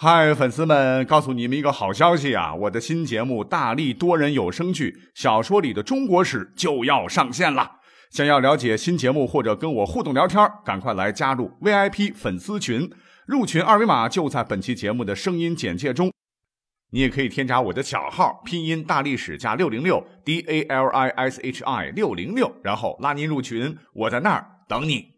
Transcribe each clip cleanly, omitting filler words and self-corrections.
嗨，粉丝们，告诉你们一个好消息啊！我的新节目《大力多人有声剧小说里的中国史》就要上线了。想要了解新节目或者跟我互动聊天，赶快来加入 VIP 粉丝群，入群二维码就在本期节目的声音简介中。你也可以添加我的小号，拼音大历史加606 DALISHI 606，然后拉您入群，我在那儿等你。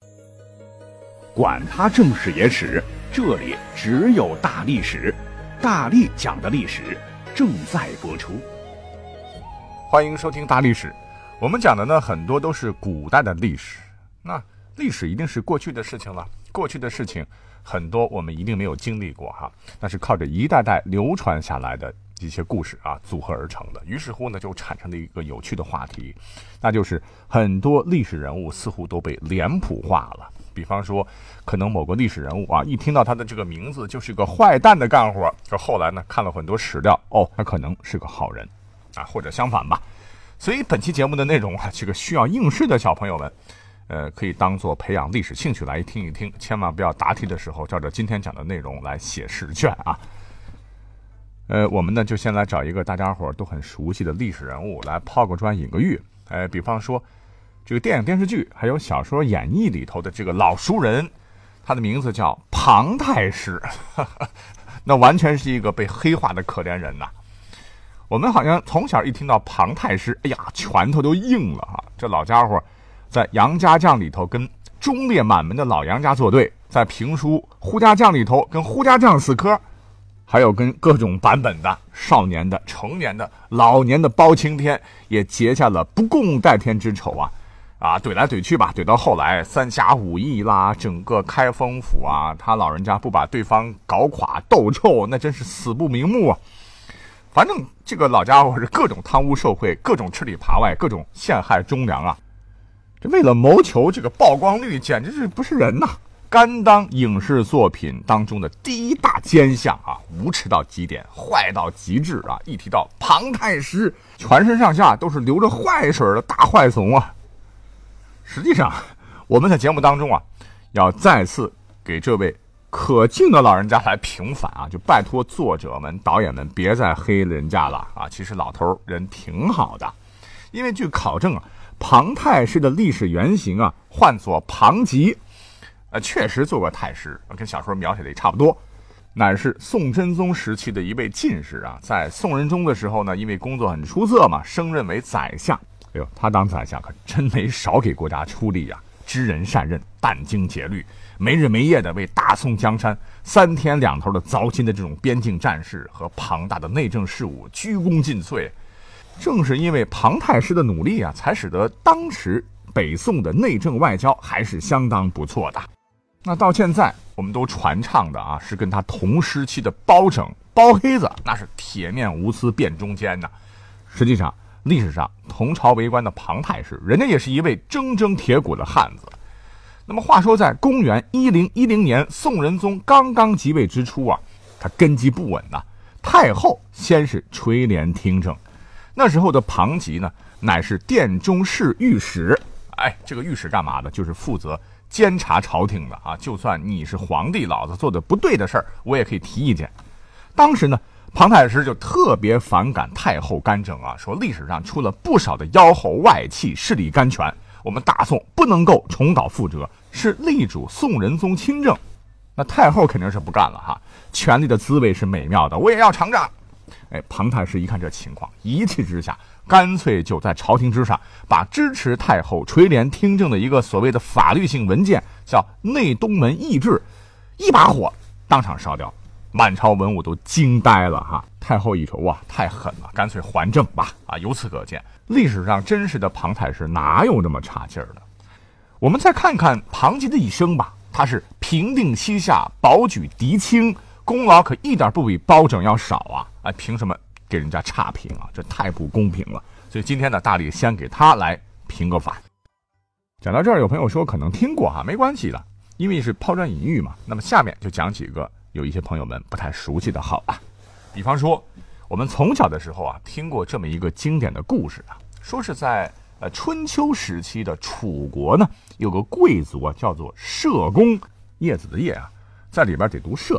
管他正史野史，这里只有大历史，大力讲的历史正在播出。 欢迎收听大历史。我们讲的呢，很多都是古代的历史。那历史一定是过去的事情了，过去的事情很多我们一定没有经历过哈，那是靠着一代代流传下来的一些故事啊组合而成的。于是乎呢，就产生了一个有趣的话题，那就是很多历史人物似乎都被脸谱化了。比方说，可能某个历史人物啊，一听到他的这个名字就是个坏蛋的干活，可后来呢，看了很多史料，他可能是个好人啊，或者相反吧。所以本期节目的内容啊，这个需要应试的小朋友们可以当做培养历史兴趣来听一听，千万不要答题的时候照着今天讲的内容来写试卷啊。我们呢就先来找一个大家伙都很熟悉的历史人物来抛个砖引个玉。比方说这个电影电视剧还有小说演义里头的这个老熟人，他的名字叫庞太师那完全是一个被黑化的可怜人呐。我们好像从小一听到庞太师，哎呀，拳头都硬了哈。这老家伙在杨家将里头跟忠烈满门的老杨家作对，在评书呼家将里头跟呼家将死磕，还有跟各种版本的少年的、成年的、老年的包青天也结下了不共戴天之仇啊，怼来怼去吧，怼到后来三侠五义啦，整个开封府啊，他老人家不把对方搞垮斗臭，那真是死不瞑目啊。反正这个老家伙是各种贪污受贿，各种吃里扒外，各种陷害忠良啊。这为了谋求这个曝光率，简直是不是人呐！甘当影视作品当中的第一大奸相啊，无耻到极点，坏到极致啊！一提到庞太师，全身上下都是流着坏水的大坏怂啊。实际上，我们在节目当中啊，要再次给这位可敬的老人家来平反啊，就拜托作者们、导演们别再黑人家了啊！其实老头人挺好的，因为据考证啊，庞太师的历史原型啊，唤作庞吉，确实做过太师，跟小说描写的也差不多。乃是宋真宗时期的一位进士啊，在宋仁宗的时候呢，因为工作很出色嘛，升任为宰相。哎呦，他当宰相可真没少给国家出力啊，知人善任，殚精竭虑，没日没夜的为大宋江山3天2头的糟心的这种边境战事和庞大的内政事务鞠躬尽瘁。正是因为庞太师的努力啊，才使得当时北宋的内政外交还是相当不错的。那到现在我们都传唱的啊，是跟他同时期的包拯、包黑子，那是铁面无私辨忠奸呐。实际上历史上同朝为官的庞太师，人家也是一位铮铮铁骨的汉子。那么话说在公元1010年宋仁宗刚刚即位之初啊，他根基不稳呐，太后先是垂帘听政。那时候的庞吉呢，乃是殿中侍御史。这个御史干嘛的？就是负责监察朝廷的啊。就算你是皇帝，老子做的不对的事儿，我也可以提意见。当时呢，庞太师就特别反感太后干政啊，说历史上出了不少的妖猴外戚，势力干权，我们大宋不能够重蹈覆辙，是力主宋仁宗亲政。那太后肯定是不干了哈，权力的滋味是美妙的，我也要尝尝。庞太师一看这情况，一气之下，干脆就在朝廷之上，把支持太后垂帘听政的一个所谓的法律性文件，叫《内东门议制》，一把火当场烧掉，满朝文武都惊呆了哈。太后一瞅，哇，太狠了，干脆还政吧啊！由此可见，历史上真实的庞太师哪有这么差劲儿的？我们再看看庞吉的一生吧，他是平定西夏，保举狄青，功劳可一点不比包拯要少啊！凭什么给人家差评啊？这太不公平了。所以今天呢，大力先给他来评个反。讲到这儿，有朋友说可能听过哈，没关系的，因为是抛砖引玉嘛。那么下面就讲几个有一些朋友们不太熟悉的好吧。比方说，我们从小的时候啊，听过这么一个经典的故事啊，说是在春秋时期的楚国呢，有个贵族啊，叫做社公，叶子的叶啊，在里边得读社。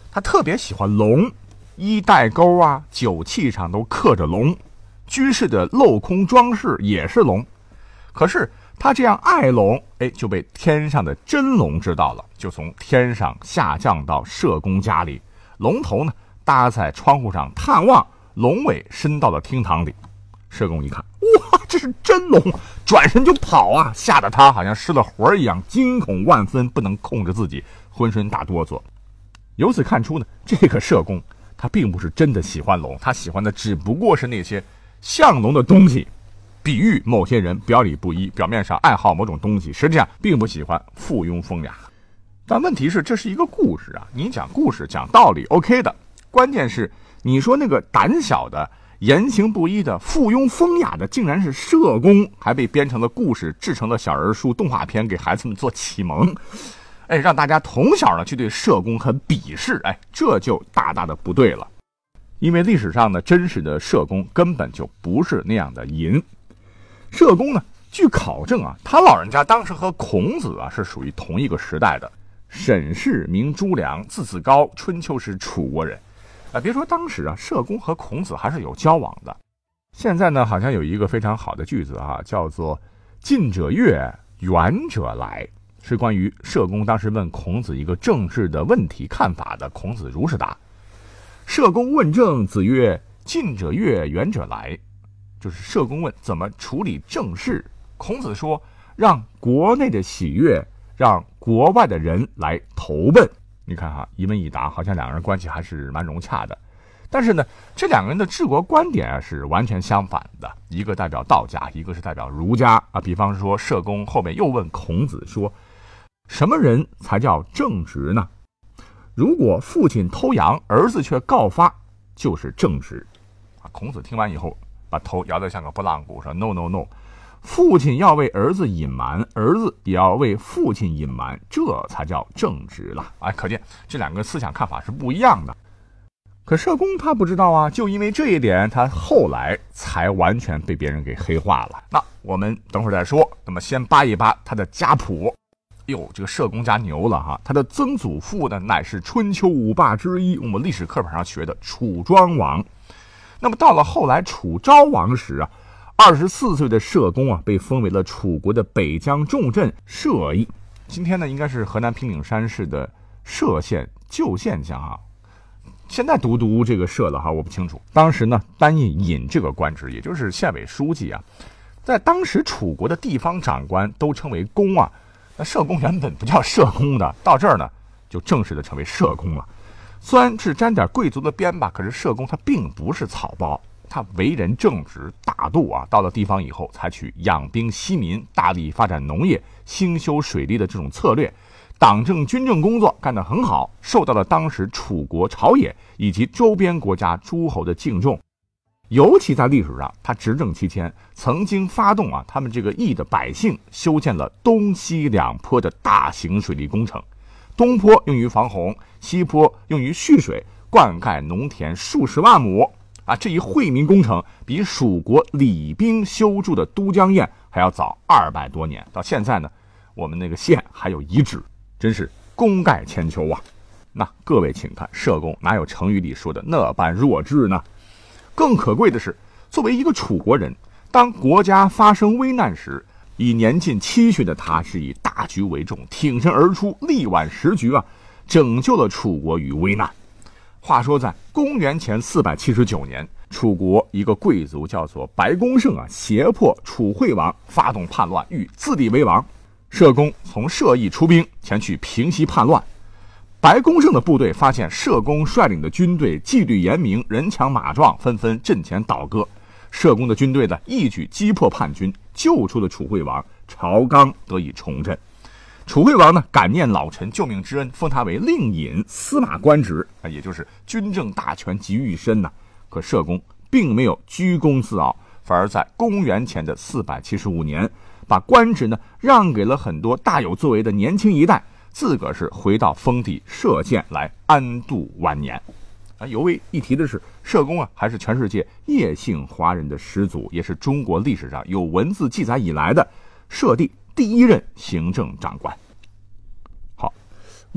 他特别喜欢龙，衣带钩啊、酒器上都刻着龙，居室的镂空装饰也是龙。可是他这样爱龙，就被天上的真龙知道了，就从天上下降到社公家里，龙头呢搭在窗户上探望，龙尾伸到了厅堂里。社公一看，哇，这是真龙，转身就跑啊，吓得他好像失了魂一样，惊恐万分，不能控制自己，浑身打哆嗦。由此看出呢，这个社公他并不是真的喜欢龙，他喜欢的只不过是那些像龙的东西，比喻某些人表里不一，表面上爱好某种东西，实际上并不喜欢附庸风雅。但问题是，这是一个故事啊，你讲故事讲道理 OK 的，关键是你说那个胆小的言行不一的附庸风雅的竟然是社公，还被编成了故事，制成了小人书动画片，给孩子们做启蒙，让大家从小呢去对社公很鄙视，这就大大的不对了。因为历史上呢，真实的社公根本就不是那样的淫。社公呢，据考证啊，他老人家当时和孔子啊是属于同一个时代的。沈氏名朱良，字子高，春秋时楚国人。别说当时啊，社公和孔子还是有交往的。现在呢，好像有一个非常好的句子啊，叫做“近者悦，远者来”，是关于社公当时问孔子一个政治的问题看法的。孔子如是答：社公问政，子曰：“近者悦，远者来。”就是社公问怎么处理政事，孔子说让国内的喜悦，让国外的人来投奔。你看哈，一问一答，好像两个人关系还是蛮融洽的。但是呢，这两个人的治国观点是完全相反的，一个代表道家，一个是代表儒家啊。比方说，社公后面又问孔子说，什么人才叫正直呢？如果父亲偷羊，儿子却告发，就是正直。孔子听完以后，把头摇得像个拨浪鼓，说 no no no， 父亲要为儿子隐瞒，儿子也要为父亲隐瞒，这才叫正直了。可见这两个思想看法是不一样的。可社公他不知道啊，就因为这一点，他后来才完全被别人给黑化了。那我们等会儿再说。那么先扒一扒他的家谱。这个社公家牛了哈，他的曾祖父呢，乃是春秋五霸之一，我们历史课本上学的楚庄王。那么到了后来楚昭王时啊，24岁的社公啊，被封为了楚国的北疆重镇社邑。今天呢，应该是河南平顶山市的社县旧县乡啊。现在读这个社了哈，我不清楚。当时呢，担任尹这个官职，也就是县委书记啊。在当时楚国的地方长官都称为公啊，那社公原本不叫社公的，到这儿呢，就正式的成为社公了。虽然是沾点贵族的边吧，可是社公他并不是草包，他为人正直大度啊。到了地方以后，采取养兵息民，大力发展农业、兴修水利的这种策略，党政军政工作干得很好，受到了当时楚国朝野以及周边国家诸侯的敬重。尤其在历史上，他执政期间曾经发动他们这个邑的百姓修建了东西两坡的大型水利工程，东坡用于防洪，西坡用于蓄水，灌溉农田数十万亩这一惠民工程比蜀国李冰修筑的都江堰还要早200多年。到现在呢，我们那个县还有遗址，真是功盖千秋啊。那各位请看，社公哪有成语里说的那般弱智呢？更可贵的是，作为一个楚国人，当国家发生危难时，已年近70的他是以大局为重，挺身而出，力挽时局拯救了楚国于危难。话说在公元前479年，楚国一个贵族叫做白公胜胁迫楚惠王发动叛乱，欲自立为王。社公从社邑出兵前去平息叛乱。白公胜的部队发现社公率领的军队纪律严明，人强马壮，纷纷阵前倒戈。社公的军队呢，一举击破叛军，救出了楚惠王，朝纲得以重振。楚惠王呢，感念老臣救命之恩，封他为令尹，司马官职也就是军政大权集于一身呐。可社公并没有居功自傲，反而在公元前的475年，把官职呢让给了很多大有作为的年轻一代，自个儿是回到封地社县来安度晚年。尤为一提的是，社公还是全世界叶姓华人的始祖，也是中国历史上有文字记载以来的社地第一任行政长官。好，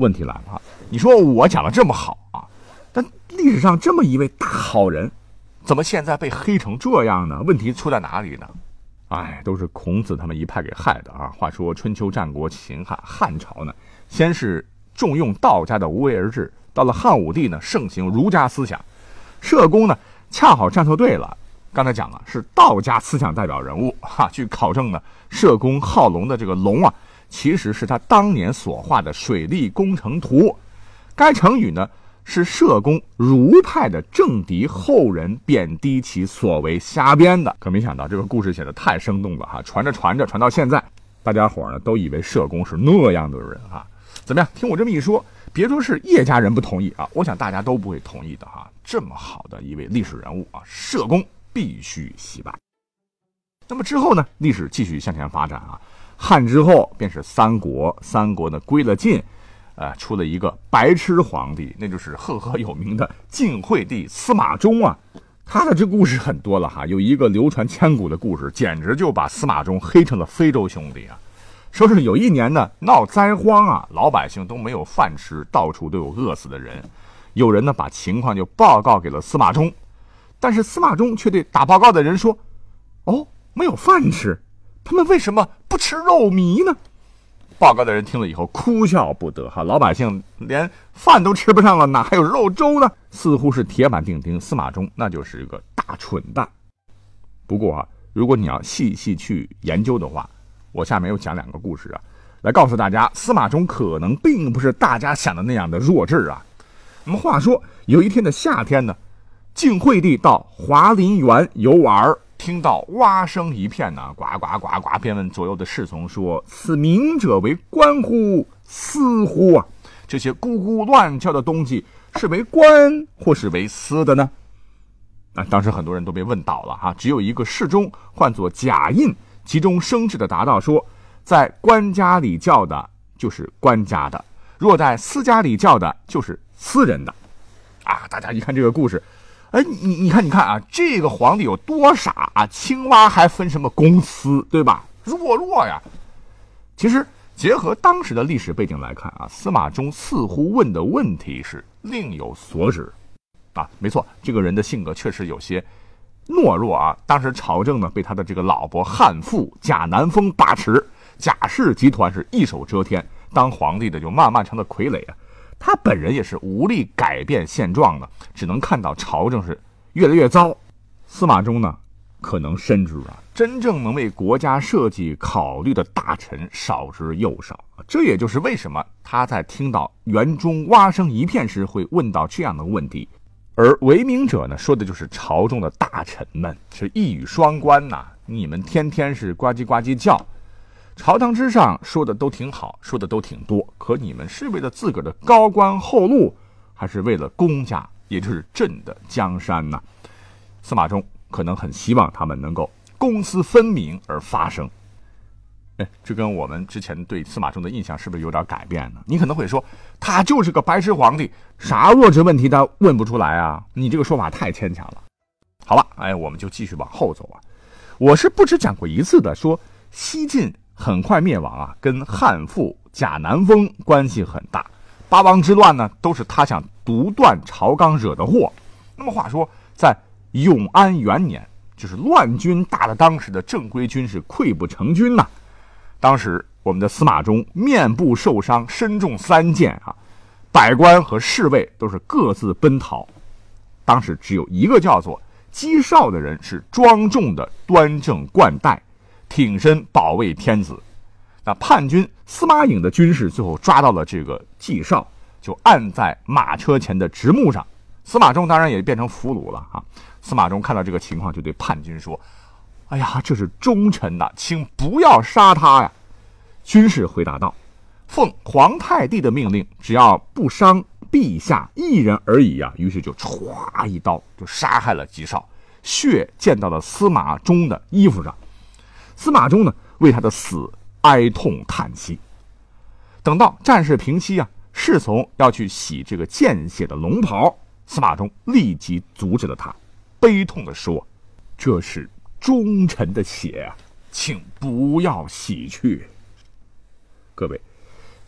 问题来了哈，你说我讲的这么好啊，但历史上这么一位大好人，怎么现在被黑成这样呢？问题出在哪里呢？都是孔子他们一派给害的啊！话说春秋战国秦汉，汉朝呢，先是重用道家的无为而治，到了汉武帝呢，盛行儒家思想。社公呢，恰好站错队了。刚才讲了，是道家思想代表人物哈。据考证呢，社公好龙的这个龙啊，其实是他当年所画的水利工程图。该成语呢，是社公儒派的政敌后人贬低其所为瞎编的。可没想到这个故事写得太生动了哈，传着传到现在，大家伙呢都以为社公是那样的人哈。怎么样？听我这么一说，别说是叶家人不同意啊，我想大家都不会同意的哈。这么好的一位历史人物啊，社公必须洗白。那么之后呢，历史继续向前发展啊。汉之后便是三国，三国呢归了晋，出了一个白痴皇帝，那就是赫赫有名的晋惠帝司马衷啊。他的这故事很多了哈，有一个流传千古的故事，简直就把司马衷黑成了非洲兄弟啊。说是有一年呢闹灾荒啊，老百姓都没有饭吃，到处都有饿死的人。有人呢把情况就报告给了司马衷，但是司马衷却对打报告的人说：没有饭吃，他们为什么不吃肉糜呢？报告的人听了以后哭笑不得哈，老百姓连饭都吃不上了，哪还有肉粥呢？似乎是铁板钉钉，司马衷那就是一个大蠢蛋。不过啊，如果你要细细去研究的话，我下面又讲两个故事啊，来告诉大家，司马衷可能并不是大家想的那样的弱智啊。那么话说，有一天的夏天呢，晋惠帝到华林园游玩，听到蛙声一片呢，呱呱呱呱，便问左右的侍从说：“此鸣者为鹳乎？丝乎啊？这些咕咕乱叫的东西，是为鹳或是为丝的呢？”当时很多人都被问倒了哈，只有一个侍中唤作贾印，急中生智的答道说：“在官家里叫的就是官家的，若在私家里叫的就是私人的。”大家一看这个故事，你看啊，这个皇帝有多傻啊！青蛙还分什么公私，对吧？弱呀！其实结合当时的历史背景来看啊，司马衷似乎问的问题是另有所指啊。没错，这个人的性格确实有些懦弱啊。当时朝政呢被他的这个老婆汉妇贾南风把持，贾氏集团是一手遮天，当皇帝的就慢慢成了傀儡啊。他本人也是无力改变现状的，只能看到朝政是越来越糟。司马衷呢，可能深知啊，真正能为国家设计考虑的大臣少之又少。这也就是为什么他在听到园中蛙声一片时会问到这样的问题。而为明者呢，说的就是朝中的大臣们，是一语双关呐。你们天天是呱唧呱唧叫，朝堂之上说的都挺好，说的都挺多，可你们是为了自个儿的高官厚禄，还是为了公家，也就是朕的江山呢？司马衷可能很希望他们能够公私分明而发声。这跟我们之前对司马衷的印象是不是有点改变呢？你可能会说，他就是个白痴皇帝，啥弱智问题他问不出来啊？你这个说法太牵强了。好了，我们就继续往后走啊。我是不止讲过一次的，说西晋很快灭亡啊，跟汉妇贾南风关系很大。八王之乱呢，都是他想独断朝纲惹的祸。那么话说，在永安元年，就是乱军打的当时的正规军是溃不成军呐。当时我们的司马衷面部受伤，身中3箭啊，百官和侍卫都是各自奔逃。当时只有一个叫做姬绍的人是庄重的端正冠带，挺身保卫天子。那叛军司马颖的军士最后抓到了这个季绍，就按在马车前的直木上。司马衷当然也变成俘虏了啊。司马衷看到这个情况，就对叛军说：“哎呀，这是忠臣呐，请不要杀他呀。”军士回答道：“奉皇太帝的命令，只要不伤陛下一人而已啊。”于是就歘一刀就杀害了季绍，血溅到了司马衷的衣服上。司马衷呢，为他的死哀痛叹息。等到战事平息啊，侍从要去洗这个见血的龙袍，司马衷立即阻止了他，悲痛地说：“这是忠臣的血啊，请不要洗去。”各位，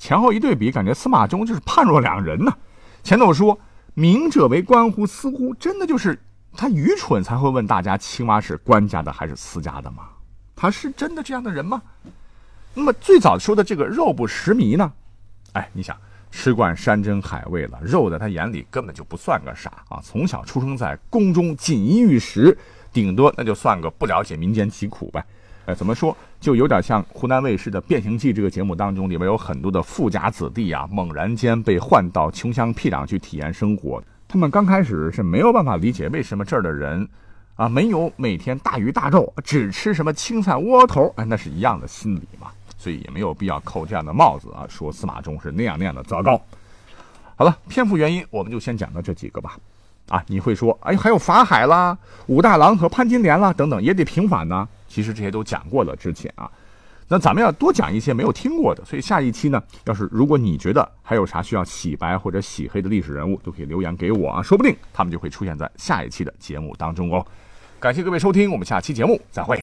前后一对比，感觉司马衷就是判若两人呢。前头说明者为官乎，似乎真的就是他愚蠢才会问大家青蛙是官家的还是私家的吗？他是真的这样的人吗？那么最早说的这个肉不食糜呢？你想吃惯山珍海味了，肉在他眼里根本就不算个啥啊！从小出生在宫中，锦衣玉食，顶多那就算个不了解民间疾苦呗。怎么说，就有点像湖南卫视的《变形记》这个节目当中，里面有很多的富家子弟啊，猛然间被换到穷乡僻壤去体验生活。他们刚开始是没有办法理解为什么这儿的人啊没有每天大鱼大肉，只吃什么青菜窝头，那是一样的心理嘛。所以也没有必要扣这样的帽子啊，说司马衷是那样的糟糕。好了，篇幅原因我们就先讲到这几个吧。你会说，还有法海啦、武大郎和潘金莲啦等等，也得平反呢。其实这些都讲过了之前啊，那咱们要多讲一些没有听过的。所以下一期呢，如果你觉得还有啥需要洗白或者洗黑的历史人物，都可以留言给我啊，说不定他们就会出现在下一期的节目当中哦。感谢各位收听，我们下期节目再会。